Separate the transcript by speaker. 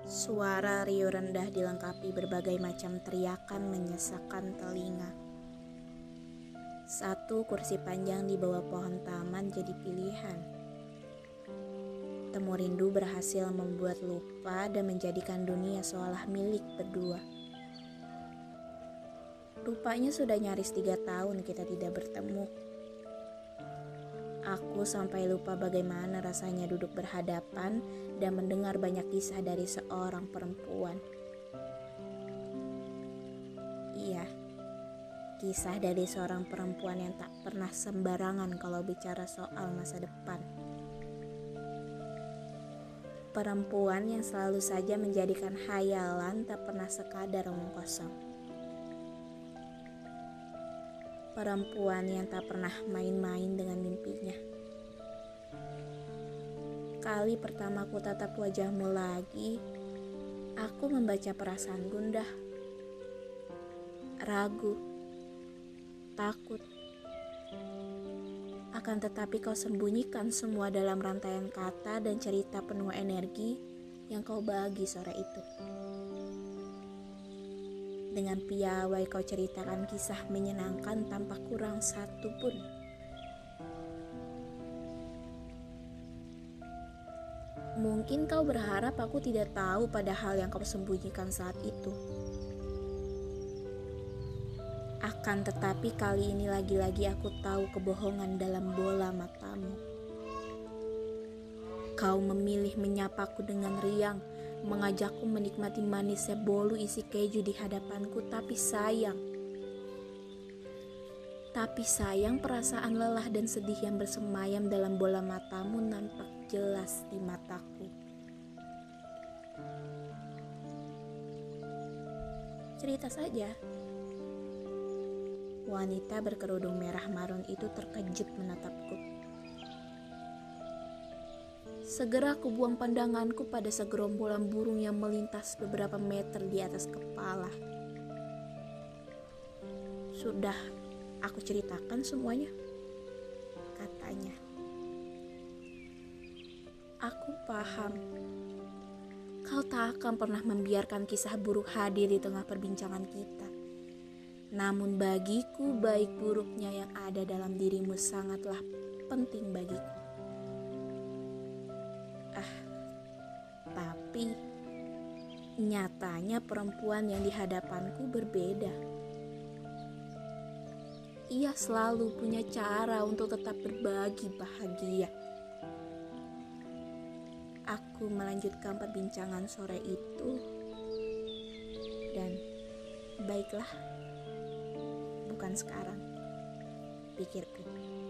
Speaker 1: Suara riuh rendah dilengkapi berbagai macam teriakan menyesakkan telinga. Satu kursi panjang di bawah pohon taman jadi pilihan. Temu rindu berhasil membuat lupa dan menjadikan dunia seolah milik berdua. Rupanya sudah nyaris 3 tahun kita tidak bertemu. Aku sampai lupa bagaimana rasanya duduk berhadapan dan mendengar banyak kisah dari seorang perempuan. Iya, kisah dari seorang perempuan yang tak pernah sembarangan kalau bicara soal masa depan. Perempuan yang selalu saja menjadikan khayalan tak pernah sekadar omong kosong. Perempuan yang tak pernah main-main dengan mimpinya. Kali pertama ku tatap wajahmu lagi, aku membaca perasaan gundah, ragu, takut. Akan tetapi kau sembunyikan semua dalam rantaian kata dan cerita penuh energi yang kau bagi sore itu. Dengan piawai kau ceritakan kisah menyenangkan tanpa kurang satu pun. Mungkin kau berharap aku tidak tahu pada hal yang kau sembunyikan saat itu. Akan tetapi kali ini lagi-lagi aku tahu kebohongan dalam bola matamu. Kau memilih menyapaku dengan riang, mengajakku menikmati manisnya bolu isi keju di hadapanku, tapi sayang perasaan lelah dan sedih yang bersemayam dalam bola matamu nampak jelas di mataku. Cerita saja. Wanita berkerudung merah marun itu terkejut menatapku. Segera aku buang pandanganku pada segerombolan burung yang melintas beberapa meter di atas kepala. Sudah aku ceritakan semuanya, katanya. Aku paham. Kau tak akan pernah membiarkan kisah buruk hadir di tengah perbincangan kita. Namun bagiku baik buruknya yang ada dalam dirimu sangatlah penting bagiku. Tapi nyatanya perempuan yang di hadapanku berbeda. Ia selalu punya cara untuk tetap berbagi bahagia. Aku melanjutkan perbincangan sore itu dan baiklah, bukan sekarang, pikirku.